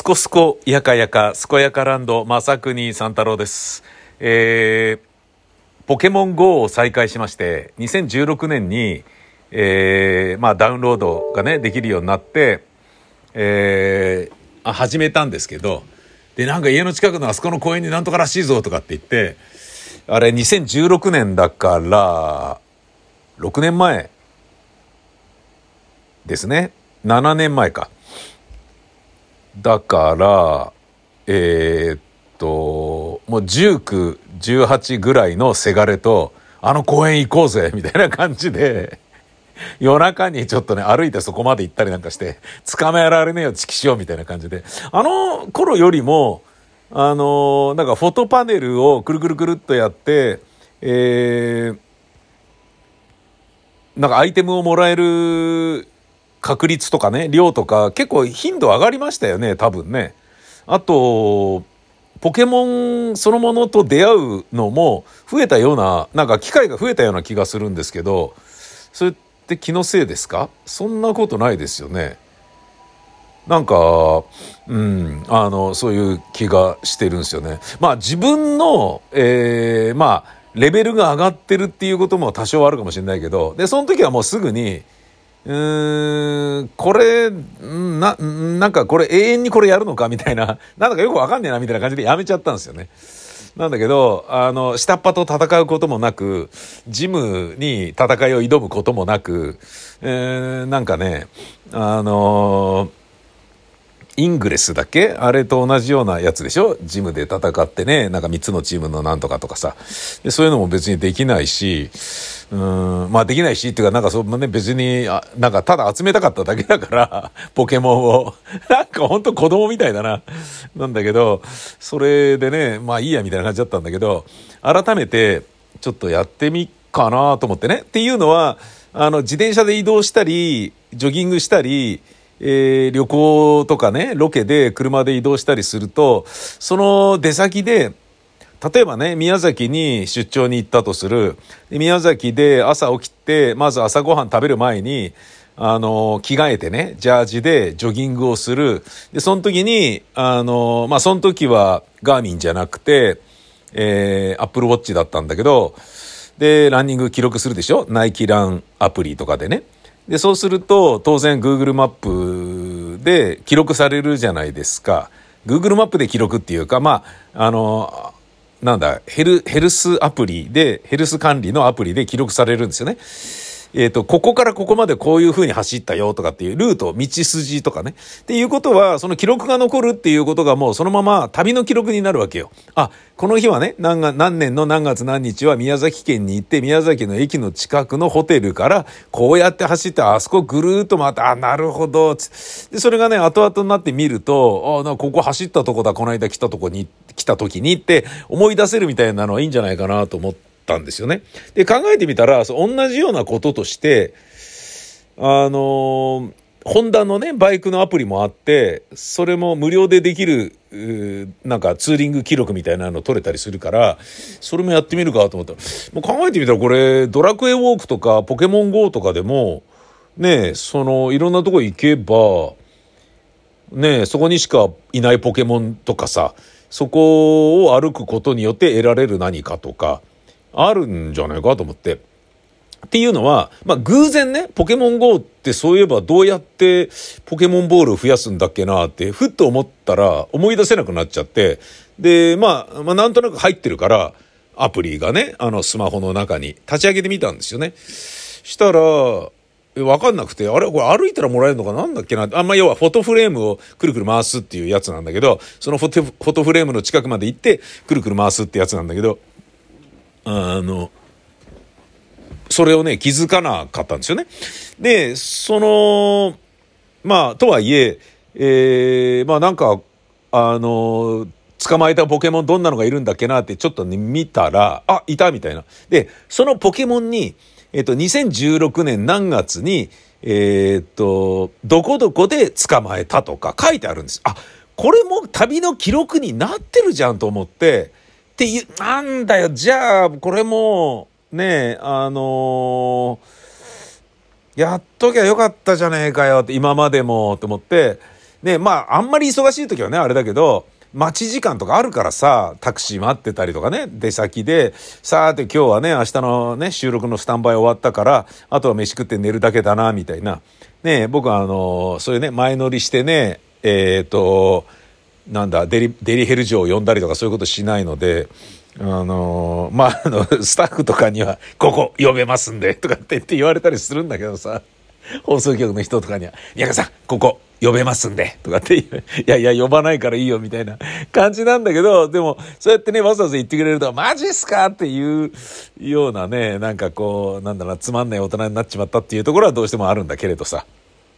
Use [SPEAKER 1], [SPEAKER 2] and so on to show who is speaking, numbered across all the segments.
[SPEAKER 1] コスコやかやかすこやかランド正国三太郎です。ポケモン GO を再開しまして、2016年に、ダウンロードがねできるようになって、始めたんですけど、でなんか家の近くのあそこの公園になんとからしいぞとかって言って、あれ2016年だから6年前ですね。7年前か。だからもう19、18ぐらいのせがれとあの公園行こうぜみたいな感じで夜中にちょっとね歩いてそこまで行ったりなんかして捕まえられねえよチキしようみたいな感じで、あの頃よりもなんかフォトパネルをくるくるくるっとやって、なんかアイテムをもらえる確率とかね、量とか結構頻度上がりましたよね、多分ね。あとポケモンそのものと出会うのも増えたような、なんか機会が増えたような気がするんですけど、それって気のせいですか？そんなことないですよね。なんかそういう気がしてるんですよね。まあ自分のレベルが上がってるっていうことも多少あるかもしれないけど、でその時はもうすぐにこれなんかこれ永遠にこれやるのかみたいな、なんだかよくわかんねえなみたいな感じでやめちゃったんですよね。なんだけど下っ端と戦うこともなく、ジムに戦いを挑むこともなく、なんかねイングレスだっけ、あれと同じようなやつでしょ、ジムで戦ってね、なんか3つのチームのなんとかとかさ、でそういうのも別にできないし、できないしっていうか、なんか別になんかただ集めたかっただけだからポケモンをなんかほんと子供みたいだな、なんだけど、それでねまあいいやみたいな感じだったんだけど、改めてちょっとやってみっかなと思ってね。っていうのは自転車で移動したりジョギングしたり旅行とかね、ロケで車で移動したりすると、その出先で例えばね、宮崎に出張に行ったとする。宮崎で朝起きてまず朝ごはん食べる前に着替えてね、ジャージでジョギングをする。でその時にその時はガーミンじゃなくてアップルウォッチだったんだけど、でランニング記録するでしょ、ナイキランアプリとかでね。でそうすると当然 Google マップで記録されるじゃないですか。 Google マップで記録っていうか、ヘルスアプリで、ヘルス管理のアプリで記録されるんですよね。ここからここまでこういう風に走ったよとかっていうルート、道筋とかね。っていうことは、その記録が残るっていうことがもうそのまま旅の記録になるわけよ。あ、この日はね、何年の何月何日は宮崎県に行って、宮崎の駅の近くのホテルからこうやって走って、あそこぐるーっと回って、なるほど。で、それがね、後々になってみると、ここ走ったとこだ、この間来た時にって思い出せるみたいなのはいいんじゃないかなと思ったんですよね。で考えてみたら、同じようなこととしてホンダのねバイクのアプリもあって、それも無料でできるなんかツーリング記録みたいなの取れたりするから、それもやってみるかと思ったら、もう考えてみたらこれドラクエウォークとかポケモン GO とかでもね、いろんなとこ行けばね、そこにしかいないポケモンとかさ、そこを歩くことによって得られる何かとかあるんじゃないかと思って。っていうのは、偶然ね、ポケモン GO ってそういえばどうやってポケモンボールを増やすんだっけなってふっと思ったら思い出せなくなっちゃって、でなんとなく入ってるからアプリがね、スマホの中に立ち上げてみたんですよね。したらわかんなくて、あれこれ歩いたらもらえるのかなんだっけな。要はフォトフレームをくるくる回すっていうやつなんだけど、そのフォトフレームの近くまで行ってくるくる回すってやつなんだけど、それをね気づかなかったんですよね。でとはいえ捕まえたポケモンどんなのがいるんだっけなってちょっとね見たら、いたみたいな。でそのポケモンに2016年何月にどこどこで捕まえたとか書いてあるんです。これも旅の記録になってるじゃんと思って、っていう、なんだよ、じゃあこれもねやっときゃよかったじゃねえかよって、今までもと思って、 ね、まあ、あんまり忙しい時はね、あれだけど、待ち時間とかあるからさ、タクシー待ってたりとかね、出先で、さーて今日はね、明日のね、収録のスタンバイ終わったから、あとは飯食って寝るだけだな、みたいな。ね、僕はそういうね、前乗りしてね、なんだ、デリヘル嬢を呼んだりとかそういうことしないので、まあ、スタッフとかには、ここ呼べますんで、とかって言われたりするんだけどさ、放送局の人とかには、宮川さん、ここ呼べますんで、とかって言う、いやいや、呼ばないからいいよ、みたいな感じなんだけど、でも、そうやってね、わざわざ言ってくれると、マジっすかっていうようなね、なんかこう、なんだろうな、つまんない大人になっちまったっていうところはどうしてもあるんだけれどさ。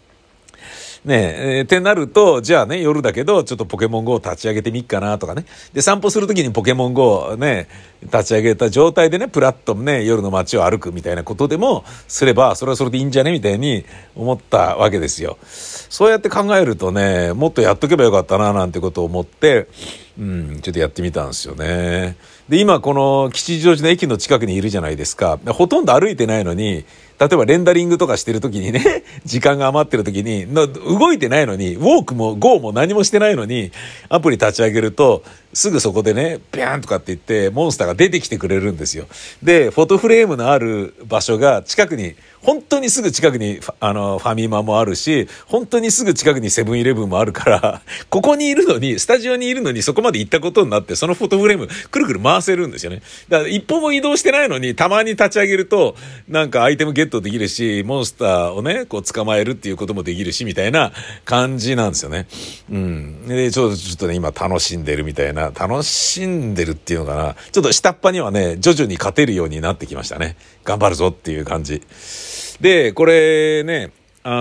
[SPEAKER 1] ねってなると、じゃあね、夜だけど、ちょっとポケモン GO を立ち上げてみっかなとかね。で、散歩するときにポケモン GO をね、立ち上げた状態でね、プラッとね、夜の街を歩くみたいなことでもすれば、それはそれでいいんじゃねみたいに思ったわけですよ。そうやって考えるとね、もっとやっとけばよかったな、なんてことを思って、ちょっとやってみたんですよね。で、今この吉祥寺の駅の近くにいるじゃないですか。ほとんど歩いてないのに、例えばレンダリングとかしてる時にね、時間が余ってる時に、動いてないのに、ウォークも GO も何もしてないのに、アプリ立ち上げると、すぐそこでね、ピャーンとかって言って、モンスターが出てきてくれるんですよ。で、フォトフレームのある場所が近くに、本当にすぐ近くにファミマもあるし、本当にすぐ近くにセブンイレブンもあるから、ここにいるのに、スタジオにいるのにそこまで行ったことになって、そのフォトフレームくるくる回せるんですよね。だから一歩も移動してないのに、たまに立ち上げると、なんかアイテムゲットできるし、モンスターをね、こう捕まえるっていうこともできるし、みたいな感じなんですよね。で、ちょっとね、今楽しんでるみたいな、楽しんでるっていうのかな。ちょっと下っ端にはね、徐々に勝てるようになってきましたね。頑張るぞっていう感じ。で、これね、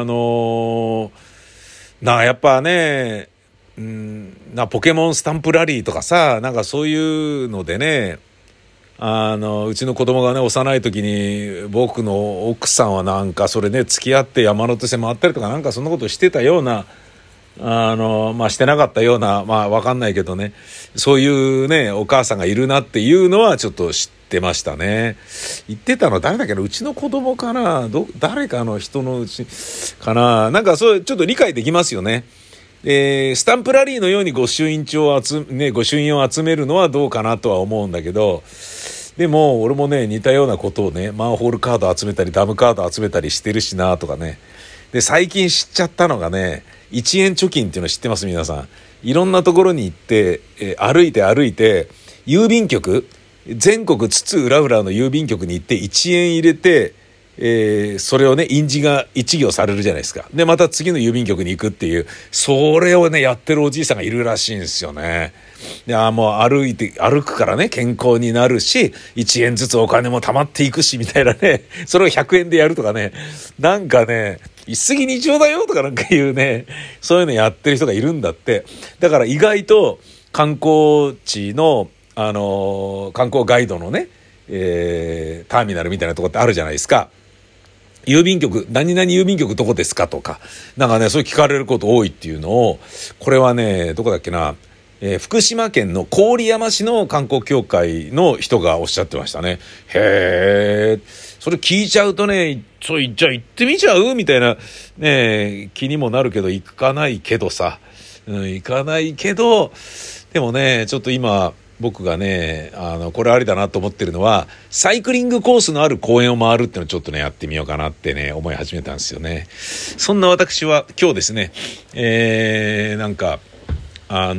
[SPEAKER 1] やっぱね、ポケモンスタンプラリーとかさ、なんかそういうのでね、うちの子供がね、幼い時に、僕の奥さんはなんかそれね、付き合って山手線回ったりとかなんかそんなことしてたような、してなかったような、わかんないけどね、そういうね、お母さんがいるなっていうのはちょっと知ってましたね。言ってたの誰だっけな、うちの子供かな、誰かの人のうちかな、なんかそうちょっと理解できますよね。スタンプラリーのように御朱印を集めるのはどうかなとは思うんだけど、でも俺もね、似たようなことをね、マンホールカード集めたりダムカード集めたりしてるしなとかね。で、最近知っちゃったのがね、1円貯金っていうの知ってます皆さん。いろんなところに行って、歩いて郵便局、全国津々浦々の郵便局に行って1円入れて、それをね、印字が一行されるじゃないですか。で、また次の郵便局に行くっていう、それをね、やってるおじいさんがいるらしいんですよね。いや、もう歩くからね、健康になるし、1円ずつお金も貯まっていくし、みたいなね、それを100円でやるとかね、なんかね、一石二鳥だよとかなんか言うね、そういうのやってる人がいるんだって。だから意外と観光地の、観光ガイドのね、ターミナルみたいなとこってあるじゃないですか。郵便局、何々郵便局どこですかとか、なんかね、そう聞かれること多いっていうのを、これはね、どこだっけな、福島県の郡山市の観光協会の人がおっしゃってましたね。へー。それ聞いちゃうとね、じゃあ行ってみちゃうみたいな、ね、気にもなるけど、行かないけどさ。行かないけど、でもね、ちょっと今、僕がね、これありだなと思ってるのは、サイクリングコースのある公園を回るっていうのをちょっとね、やってみようかなってね、思い始めたんですよね。そんな私は今日ですね、なんか、あ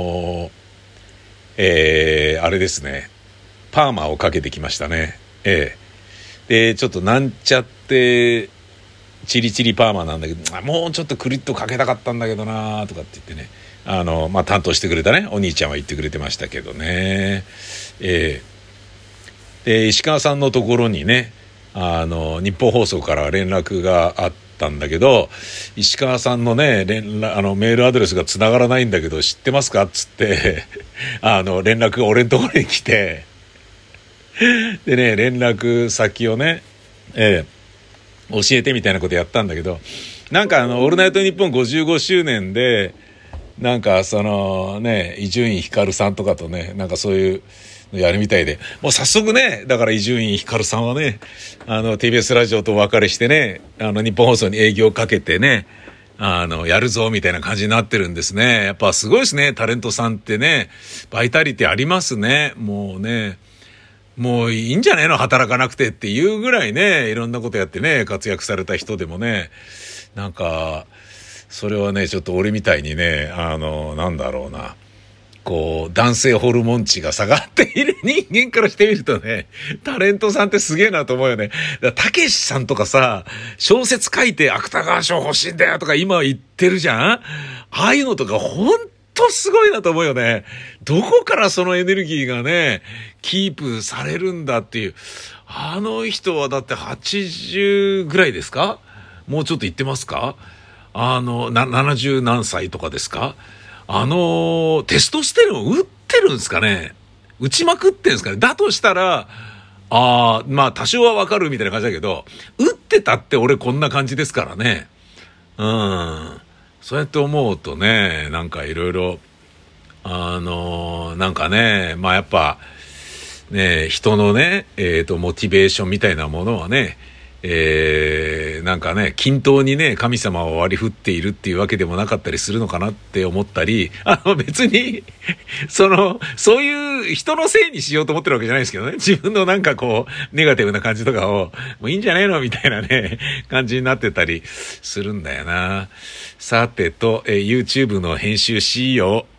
[SPEAKER 1] れですね、パーマをかけてきましたね。で、ちょっとなんちゃって、チリチリパーマなんだけど、もうちょっとクリッとかけたかったんだけどなとかって言ってね、担当してくれたね、お兄ちゃんは言ってくれてましたけどね。で、石川さんのところにね、日本放送から連絡があったんだけど、石川さんのね、メールアドレスが繋がらないんだけど、知ってますかっつって、連絡が俺のところに来て、でね、連絡先をね、教えてみたいなことやったんだけど、なんかオールナイトニッポン55周年で、なんかそのね、伊集院光さんとかとね、なんかそういうのやるみたいで、もう早速ね、だから伊集院光さんはね、TBS ラジオとお別れしてね、日本放送に営業かけてね、 やるぞみたいな感じになってるんですね。やっぱすごいですね、タレントさんってね。バイタリティありますね。もうね。もういいんじゃねえの働かなくてっていうぐらいね、いろんなことやってね、活躍された人でもね、なんか、それはね、ちょっと俺みたいにね、なんだろうな。こう、男性ホルモン値が下がっている人間からしてみるとね、タレントさんってすげえなと思うよね。たけしさんとかさ、小説書いて芥川賞欲しいんだよとか今言ってるじゃん。ああいうのとかほんとすごいなと思うよね。どこからそのエネルギーがね、キープされるんだっていう。あの人はだって80ぐらいですか？もうちょっと言ってますか？70何歳とかですか？テストステロン打ってるんですかね？打ちまくってんですかね？だとしたら、まあ多少はわかるみたいな感じだけど、打ってたって俺こんな感じですからね。そうやって思うとね、なんかいろいろ、なんかね、まあやっぱ、ね、人のね、モチベーションみたいなものはね、なんかね、均等にね、神様を割り振っているっていうわけでもなかったりするのかなって思ったり、別に、そういう人のせいにしようと思ってるわけじゃないですけどね、自分のなんかこう、ネガティブな感じとかを、もういいんじゃねえのみたいなね、感じになってたりするんだよな。さてと、YouTube の編集しよう。